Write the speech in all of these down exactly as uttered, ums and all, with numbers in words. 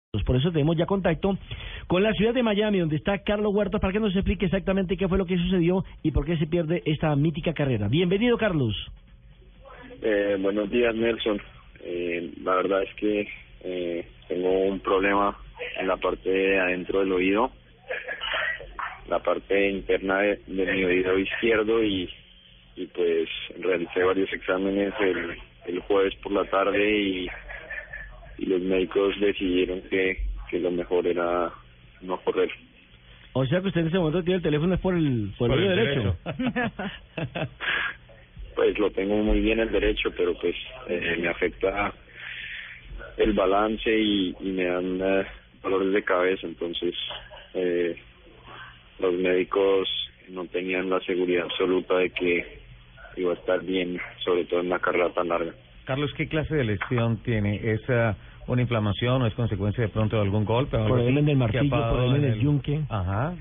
Por eso tenemos ya contacto con la ciudad de Miami, donde está Carlos Huertas, para que nos explique exactamente qué fue lo que sucedió y por qué se pierde esta mítica carrera. Bienvenido, Carlos. Eh, buenos días, Nelson. Eh, la verdad es que eh, tengo un problema en la parte de adentro del oído, la parte interna de, de mi oído izquierdo y, y pues realicé varios exámenes el, el jueves por la tarde y y los médicos decidieron que, que lo mejor era no correr. O sea que usted en ese momento tiene el teléfono es por el, por el, el derecho. derecho. Pues lo tengo muy bien el derecho, pero pues eh, me afecta el balance y, y me dan eh, dolores de cabeza, entonces eh, los médicos no tenían la seguridad absoluta de que iba a estar bien, sobre todo en una carrera tan larga. Carlos, ¿qué clase de lesión tiene? ¿Es uh, una inflamación o es consecuencia de pronto de algún golpe? O por el del martillo, por el del yunque. Ajá.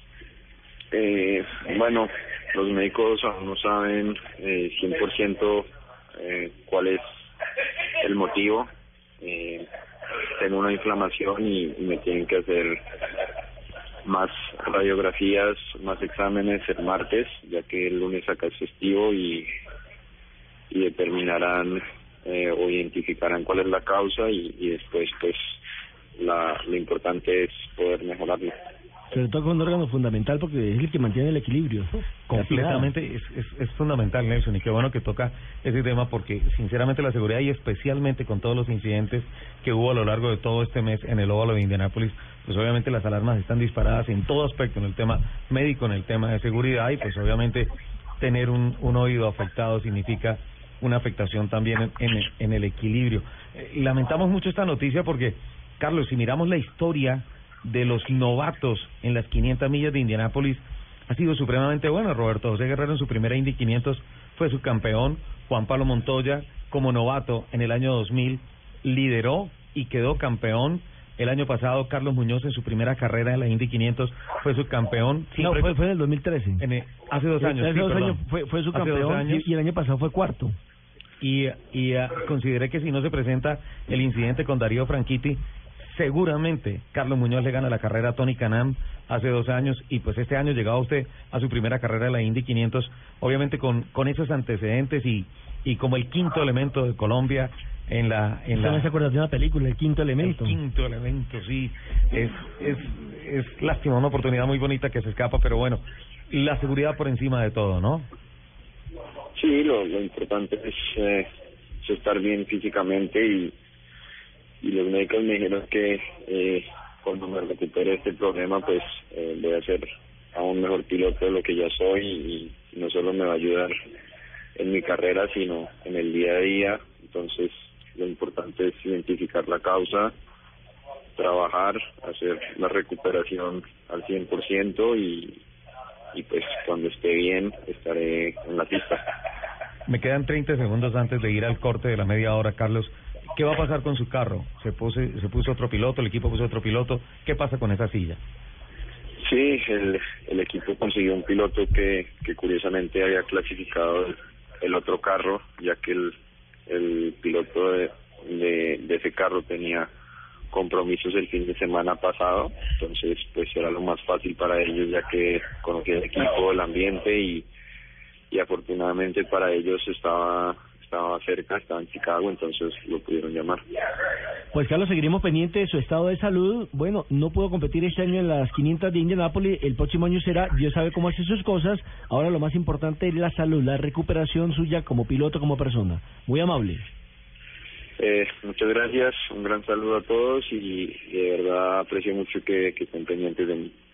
Eh, bueno, los médicos aún no saben eh, cien por ciento eh, cuál es el motivo. Eh, tengo una inflamación y, y me tienen que hacer más radiografías, más exámenes el martes, ya que el lunes acá es festivo y, y determinarán eh, o identificarán cuál es la causa y, y después pues la lo importante es poder mejorarlo. Sobre todo con un órgano fundamental porque es el que mantiene el equilibrio. Completamente, es, es, es fundamental, Nelson, y qué bueno que toca ese tema porque sinceramente la seguridad y especialmente con todos los incidentes que hubo a lo largo de todo este mes en el óvalo de Indianápolis, pues obviamente las alarmas están disparadas en todo aspecto, en el tema médico, en el tema de seguridad y pues obviamente tener un, un oído afectado significa una afectación también en, en, en el equilibrio. Eh, lamentamos mucho esta noticia porque, Carlos, si miramos la historia de los novatos en las quinientas millas de Indianápolis, ha sido supremamente buena. Roberto José Guerrero en su primera Indy quinientos fue subcampeón. Juan Pablo Montoya, como novato en el año dos mil, lideró y quedó campeón. El año pasado, Carlos Muñoz en su primera carrera en la Indy quinientos fue subcampeón. No, fue, fue en el dos mil trece. En el, hace dos años. Hace sí, dos perdón. años fue, fue subcampeón y, y el año pasado fue cuarto. Y, y uh, consideré que si no se presenta el incidente con Darío Franchitti, seguramente Carlos Muñoz le gana la carrera a Tony Kanaan hace dos años y pues este año llegaba usted a su primera carrera de la Indy quinientos, obviamente con con esos antecedentes y y como el quinto elemento de Colombia en la en la ¿No se acuerda de una película, El Quinto Elemento? El Quinto Elemento, sí, es es es lástima, una oportunidad muy bonita que se escapa, pero bueno, la seguridad por encima de todo, ¿no? Sí, lo, lo importante es, eh, es estar bien físicamente y y los médicos me dijeron que eh, cuando me recupere este problema pues eh, voy a ser aún mejor piloto de lo que ya soy y, y no solo me va a ayudar en mi carrera sino en el día a día. Entonces lo importante es identificar la causa, trabajar, hacer la recuperación al cien por ciento y, y pues cuando esté bien estaré en la pista. Me quedan treinta segundos antes de ir al corte de la media hora, Carlos. ¿Qué va a pasar con su carro? Se puso, se puso otro piloto, el equipo puso otro piloto. ¿Qué pasa con esa silla? Sí, el, el equipo consiguió un piloto que, que curiosamente había clasificado el, el otro carro, ya que el, el piloto de, de, de ese carro tenía compromisos el fin de semana pasado, entonces pues era lo más fácil para ellos, ya que conocía el equipo, el ambiente y, y afortunadamente para ellos estaba... estaba cerca, estaba en Chicago, entonces lo pudieron llamar. Pues Carlos, seguiremos pendiente de su estado de salud. Bueno, no pudo competir este año en las quinientas de Indianápolis, el próximo año será, Dios sabe cómo hace sus cosas. Ahora lo más importante es la salud, la recuperación suya como piloto, como persona. Muy amable. Eh, muchas gracias, un gran saludo a todos y de verdad aprecio mucho que, que estén pendientes de mí.